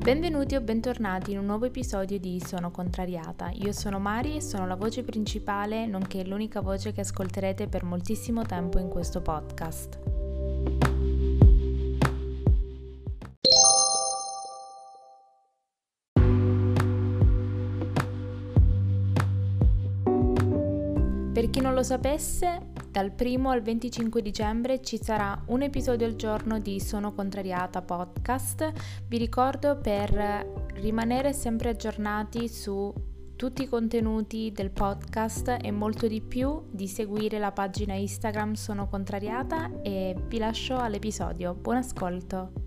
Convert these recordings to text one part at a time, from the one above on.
Benvenuti o bentornati in un nuovo episodio di Sono Contrariata. Io sono Mari e sono la voce principale, nonché l'unica voce che ascolterete per moltissimo tempo in questo podcast. Per chi non lo sapesse, dal 1 al 25 dicembre ci sarà un episodio al giorno di Sono Contrariata podcast. Vi ricordo, per rimanere sempre aggiornati su tutti i contenuti del podcast e molto di più, di seguire la pagina Instagram Sono Contrariata, e vi lascio all'episodio. Buon ascolto!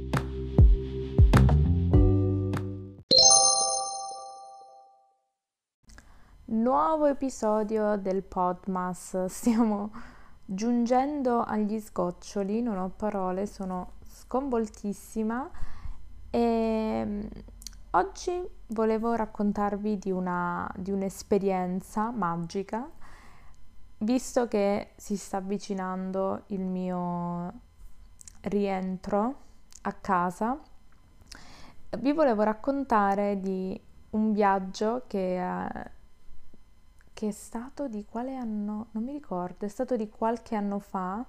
Nuovo episodio del Podmas, stiamo giungendo agli sgoccioli, non ho parole, sono sconvoltissima e oggi volevo raccontarvi di un'esperienza magica, visto che si sta avvicinando il mio rientro a casa. Vi volevo raccontare di un viaggio che è stato di quale anno? Non mi ricordo, è stato di qualche anno fa,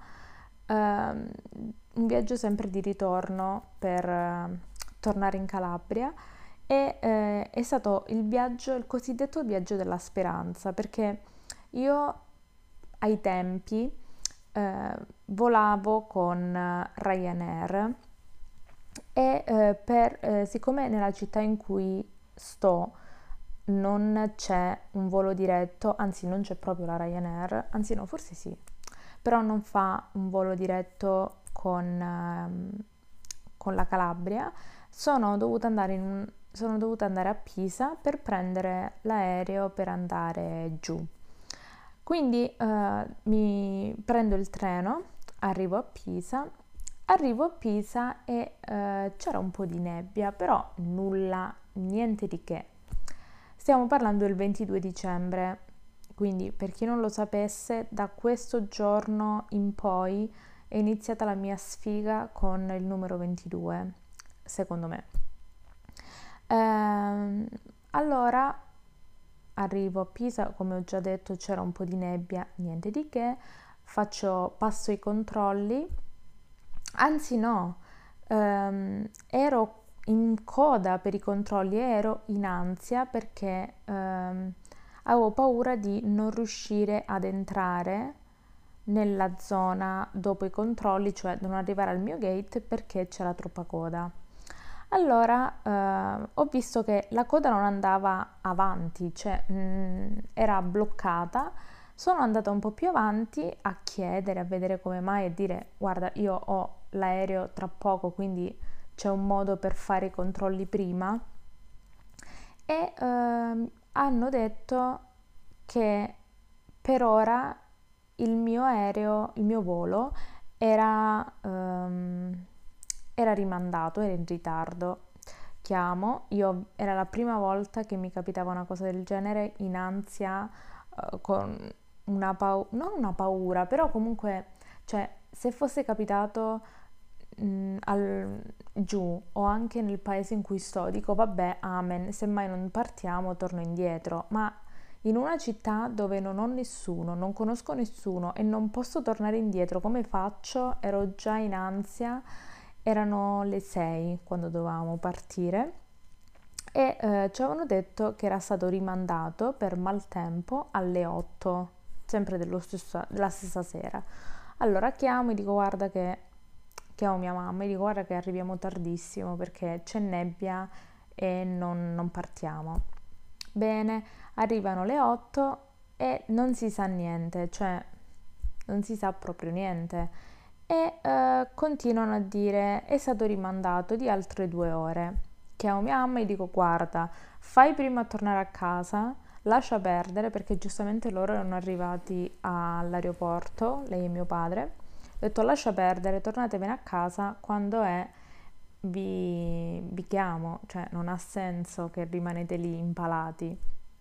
un viaggio sempre di ritorno per tornare in Calabria, e è stato il cosiddetto viaggio della speranza, perché io ai tempi volavo con Ryanair e siccome nella città in cui sto non c'è un volo diretto, anzi non c'è proprio la Ryanair, anzi no, forse sì, però non fa un volo diretto con la Calabria, sono dovuta andare a Pisa per prendere l'aereo per andare giù. Quindi mi prendo il treno, arrivo a Pisa e c'era un po' di nebbia, però niente di che. Stiamo parlando del 22 dicembre, quindi per chi non lo sapesse, da questo giorno in poi è iniziata la mia sfiga con il numero 22, secondo me. Allora arrivo a Pisa, come ho già detto c'era un po' di nebbia, niente di che, passo i controlli, anzi no, ero in coda per i controlli, ero in ansia perché avevo paura di non riuscire ad entrare nella zona dopo i controlli, cioè non arrivare al mio gate perché c'era troppa coda. Allora ho visto che la coda non andava avanti, cioè era bloccata. Sono andata un po' più avanti a chiedere, a vedere come mai e dire: guarda, io ho l'aereo tra poco, quindi c'è un modo per fare i controlli prima, e hanno detto che per ora il mio volo era rimandato, era in ritardo. Era la prima volta che mi capitava una cosa del genere, in ansia, con non una paura, però comunque, cioè, se fosse capitato giù o anche nel paese in cui sto, dico vabbè, amen, semmai non partiamo, torno indietro, ma in una città dove non ho nessuno, non conosco nessuno e non posso tornare indietro, come faccio? Ero già in ansia, erano le 6 quando dovevamo partire e ci avevano detto che era stato rimandato per maltempo alle 8, sempre della stessa sera. Allora chiamo mia mamma e dico guarda che arriviamo tardissimo perché c'è nebbia e non partiamo. Bene, arrivano le 8 e non si sa niente, cioè non si sa proprio niente, e continuano a dire è stato rimandato di altre 2 ore. Chiamo mia mamma e dico guarda, fai prima a tornare a casa, lascia perdere, perché giustamente loro erano arrivati all'aeroporto, lei e mio padre. Ho detto lascia perdere, tornatevene a casa, quando è vi chiamo, cioè non ha senso che rimanete lì impalati.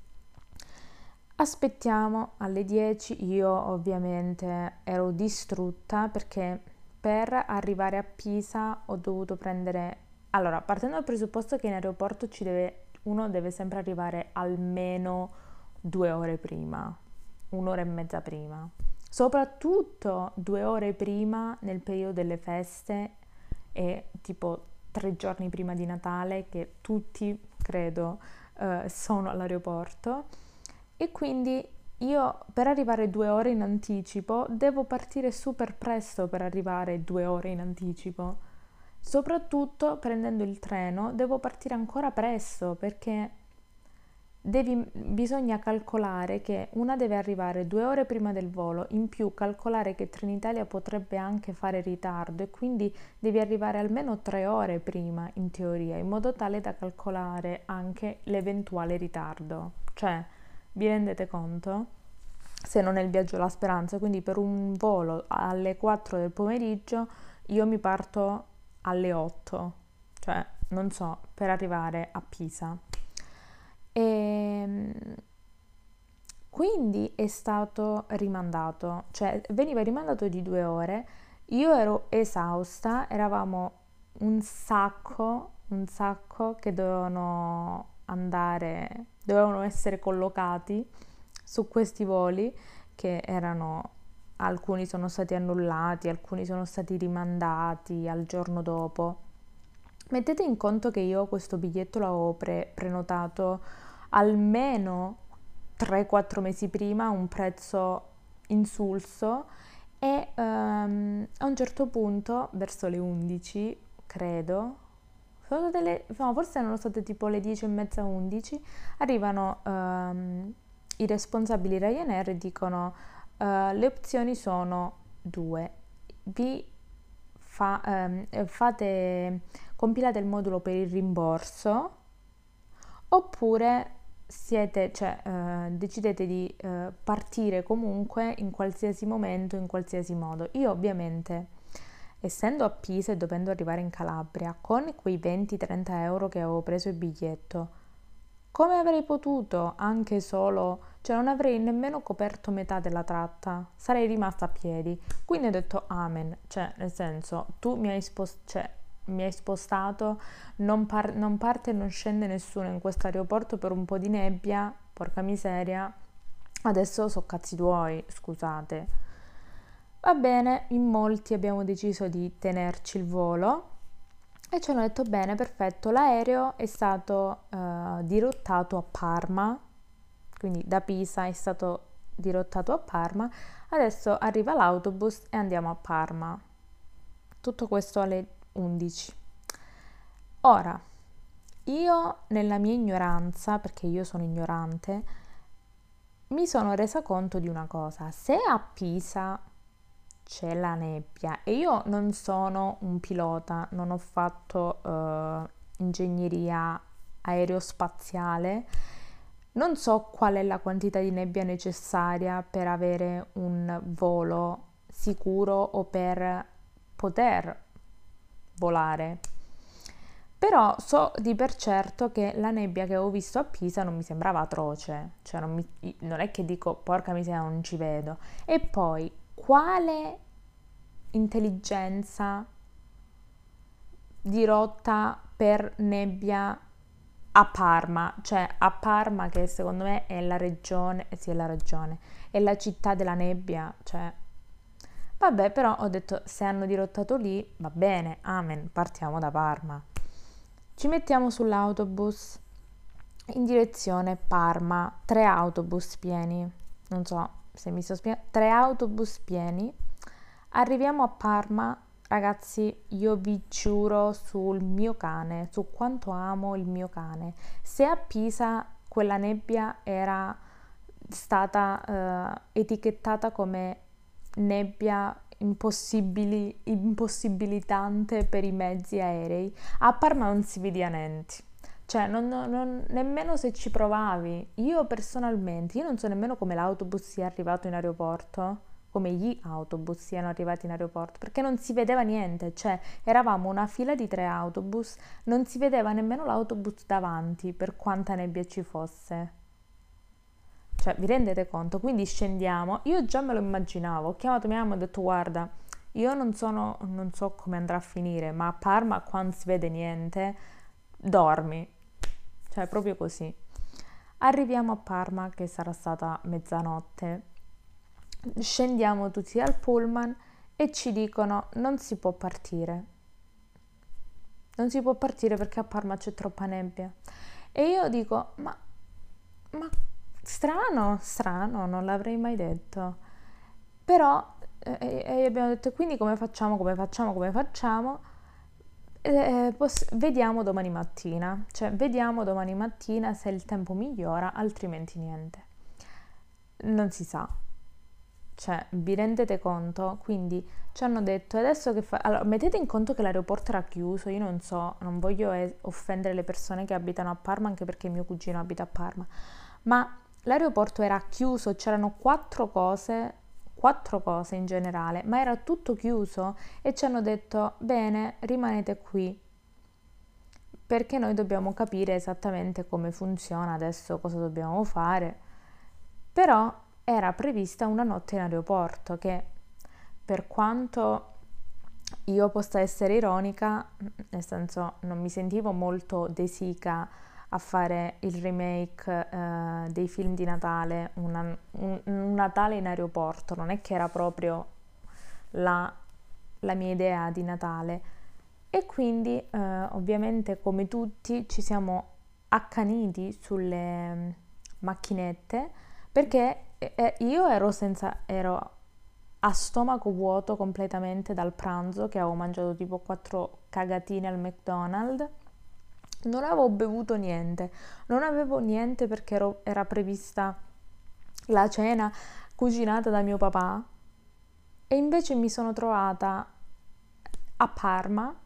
Aspettiamo alle 10, io ovviamente ero distrutta perché per arrivare a Pisa ho dovuto prendere Allora, partendo dal presupposto che in aeroporto uno deve sempre arrivare almeno 2 ore prima, 1 ora e mezza prima. Soprattutto 2 ore prima nel periodo delle feste e tipo 3 giorni prima di Natale, che tutti, credo, sono all'aeroporto. E quindi io per arrivare 2 ore in anticipo devo partire super presto per arrivare 2 ore in anticipo. Soprattutto prendendo il treno devo partire ancora presto perché bisogna calcolare che una deve arrivare 2 ore prima del volo, in più calcolare che Trenitalia potrebbe anche fare ritardo e quindi devi arrivare almeno 3 ore prima in teoria, in modo tale da calcolare anche l'eventuale ritardo. Cioè, vi rendete conto? Se non è il viaggio alla speranza, quindi per un volo alle 4 del pomeriggio io mi parto alle 8, cioè non so, per arrivare a Pisa. E quindi è stato rimandato, cioè veniva rimandato di 2 ore. Io ero esausta, eravamo un sacco che dovevano essere collocati su questi voli che erano, alcuni sono stati annullati, alcuni sono stati rimandati al giorno dopo. Mettete in conto che io questo biglietto l'avevo prenotato almeno 3-4 mesi prima a un prezzo insulso e a un certo punto, verso le 11, credo, no, forse erano state tipo le 10 e mezza, 11, arrivano i responsabili Ryanair e dicono le opzioni sono due, compilate il modulo per il rimborso oppure decidete di partire comunque in qualsiasi momento, in qualsiasi modo. Io ovviamente, essendo a Pisa e dovendo arrivare in Calabria, con quei 20-30 euro che avevo preso il biglietto, come avrei potuto anche solo, cioè non avrei nemmeno coperto metà della tratta, sarei rimasta a piedi. Quindi ho detto amen, cioè nel senso, tu mi hai spostato, non parte e non scende nessuno in questo aeroporto per un po' di nebbia, porca miseria, adesso so cazzi tuoi, scusate. Va bene, in molti abbiamo deciso di tenerci il volo e ci hanno detto bene, perfetto, l'aereo è stato dirottato a Parma, quindi da Pisa è stato dirottato a Parma, adesso arriva l'autobus e andiamo a Parma. Tutto questo alle 11. Ora, io nella mia ignoranza, perché io sono ignorante, mi sono resa conto di una cosa: se a Pisa c'è la nebbia e io non sono un pilota, non ho fatto ingegneria aerospaziale, non so qual è la quantità di nebbia necessaria per avere un volo sicuro o per poter volare. Però so di per certo che la nebbia che ho visto a Pisa non mi sembrava atroce, cioè non è che dico porca miseria non ci vedo. E poi quale intelligenza dirotta per nebbia a Parma, cioè a Parma che secondo me è la regione, sì è la regione, è la città della nebbia, cioè vabbè, però ho detto se hanno dirottato lì va bene, amen, partiamo da Parma. Ci mettiamo sull'autobus in direzione Parma, 3 autobus pieni, non so se mi sto spiegando, 3 autobus pieni, arriviamo a Parma, ragazzi, io vi giuro sul mio cane, su quanto amo il mio cane. Se a Pisa quella nebbia era stata etichettata come nebbia impossibilitante per i mezzi aerei, a Parma non si vede niente. Cioè, nemmeno se ci provavi. Io personalmente, io non so nemmeno come l'autobus sia arrivato in aeroporto, come gli autobus siano arrivati in aeroporto, perché non si vedeva niente. Cioè, eravamo una fila di 3 autobus, non si vedeva nemmeno l'autobus davanti, per quanta nebbia ci fosse. Cioè, vi rendete conto? Quindi scendiamo. Io già me lo immaginavo. Ho chiamato mia mamma e ho detto, guarda, io non so come andrà a finire, ma a Parma quando si vede niente, dormi, cioè proprio così. Arriviamo a Parma che sarà stata mezzanotte, scendiamo tutti dal pullman e ci dicono non si può partire. Non si può partire perché a Parma c'è troppa nebbia. E io dico, ma strano, non l'avrei mai detto. Però e abbiamo detto, quindi come facciamo? Vediamo domani mattina, cioè vediamo domani mattina se il tempo migliora, altrimenti niente. Non si sa. Cioè, vi rendete conto? Quindi ci hanno detto, adesso che fa... Allora, mettete in conto che l'aeroporto era chiuso, io non so, non voglio offendere le persone che abitano a Parma, anche perché mio cugino abita a Parma, ma l'aeroporto era chiuso, c'erano quattro cose in generale, ma era tutto chiuso e ci hanno detto, bene, rimanete qui, perché noi dobbiamo capire esattamente come funziona adesso, cosa dobbiamo fare. Però era prevista una notte in aeroporto che, per quanto io possa essere ironica, nel senso non mi sentivo molto desica a fare il remake dei film di Natale, un Natale in aeroporto, non è che era proprio la, la mia idea di Natale. E quindi ovviamente come tutti ci siamo accaniti sulle macchinette perché io ero a stomaco vuoto completamente dal pranzo, che avevo mangiato tipo 4 cagatine al McDonald's. Non avevo bevuto niente, non avevo niente perché era prevista la cena cucinata da mio papà e invece mi sono trovata a Parma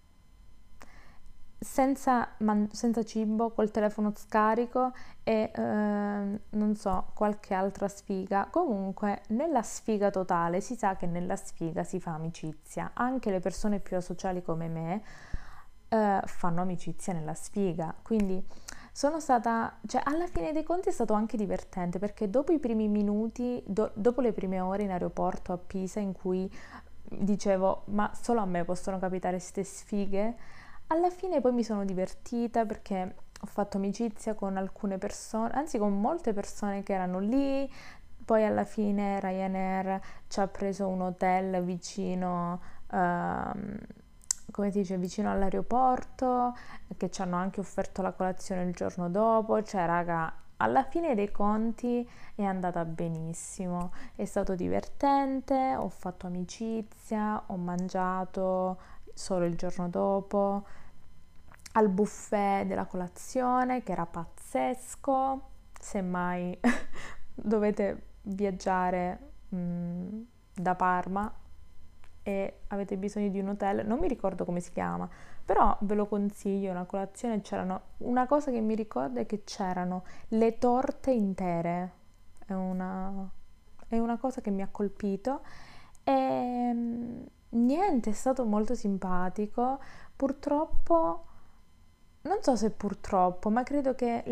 senza cibo, col telefono scarico e non so, qualche altra sfiga. Comunque, nella sfiga totale, si sa che nella sfiga si fa amicizia. Anche le persone più asociali come me fanno amicizia nella sfiga. Quindi sono stata, cioè alla fine dei conti è stato anche divertente perché dopo i primi minuti, dopo le prime ore in aeroporto a Pisa in cui dicevo ma solo a me possono capitare queste sfighe, alla fine poi mi sono divertita perché ho fatto amicizia con alcune persone, anzi con molte persone che erano lì, poi alla fine Ryanair ci ha preso un hotel vicino, come si dice, vicino all'aeroporto, che ci hanno anche offerto la colazione il giorno dopo, cioè raga, alla fine dei conti è andata benissimo, è stato divertente, ho fatto amicizia, ho mangiato solo il giorno dopo al buffet della colazione che era pazzesco, semmai dovete viaggiare da Parma e avete bisogno di un hotel, non mi ricordo come si chiama, però ve lo consiglio, una colazione c'erano, una cosa che mi ricordo è che c'erano le torte intere, è una cosa che mi ha colpito e niente, è stato molto simpatico, purtroppo non so se purtroppo, ma credo che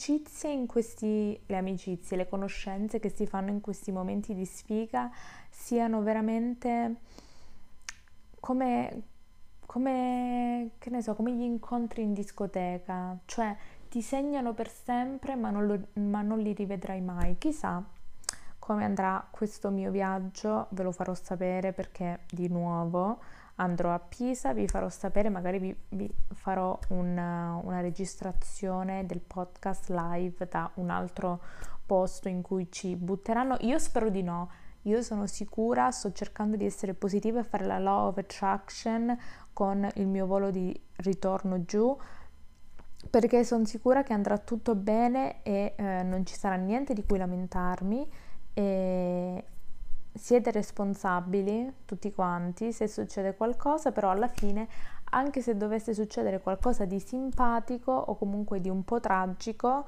le conoscenze che si fanno in questi momenti di sfiga siano veramente come, che ne so, come gli incontri in discoteca, cioè ti segnano per sempre ma non li rivedrai mai. Chissà come andrà questo mio viaggio, ve lo farò sapere perché di nuovo andrò a Pisa, vi farò sapere, magari vi farò una registrazione del podcast live da un altro posto in cui ci butteranno. Io spero di no, io sono sicura, sto cercando di essere positiva e fare la law of attraction con il mio volo di ritorno giù, perché sono sicura che andrà tutto bene e non ci sarà niente di cui lamentarmi e siete responsabili tutti quanti se succede qualcosa, però alla fine anche se dovesse succedere qualcosa di simpatico o comunque di un po' tragico,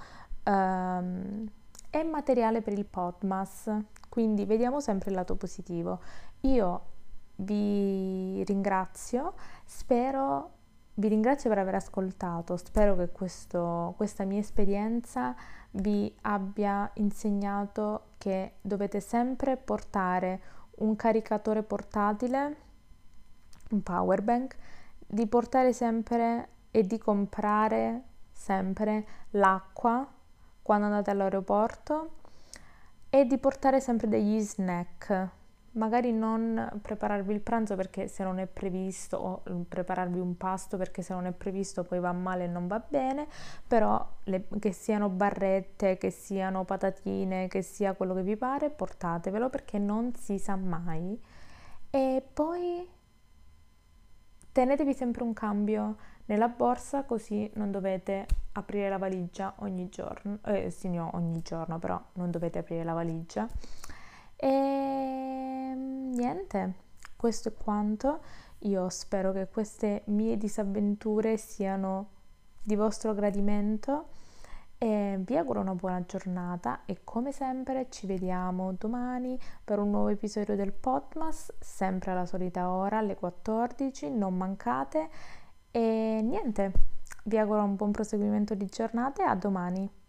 è materiale per il Podmas, quindi vediamo sempre il lato positivo. Io vi ringrazio, vi ringrazio per aver ascoltato, spero che questa mia esperienza vi abbia insegnato che dovete sempre portare un caricatore portatile, un power bank, di portare sempre e di comprare sempre l'acqua quando andate all'aeroporto e di portare sempre degli snack. Magari non prepararvi il pranzo perché se non è previsto, o prepararvi un pasto perché se non è previsto poi va male e non va bene, però che siano barrette, che siano patatine, che sia quello che vi pare, portatevelo perché non si sa mai. E poi tenetevi sempre un cambio nella borsa così non dovete aprire la valigia ogni giorno, sì, no, ogni giorno, però non dovete aprire la valigia. E niente, questo è quanto. Io spero che queste mie disavventure siano di vostro gradimento e vi auguro una buona giornata e come sempre ci vediamo domani per un nuovo episodio del Podmas, sempre alla solita ora, alle 14, non mancate e niente, vi auguro un buon proseguimento di giornata e a domani.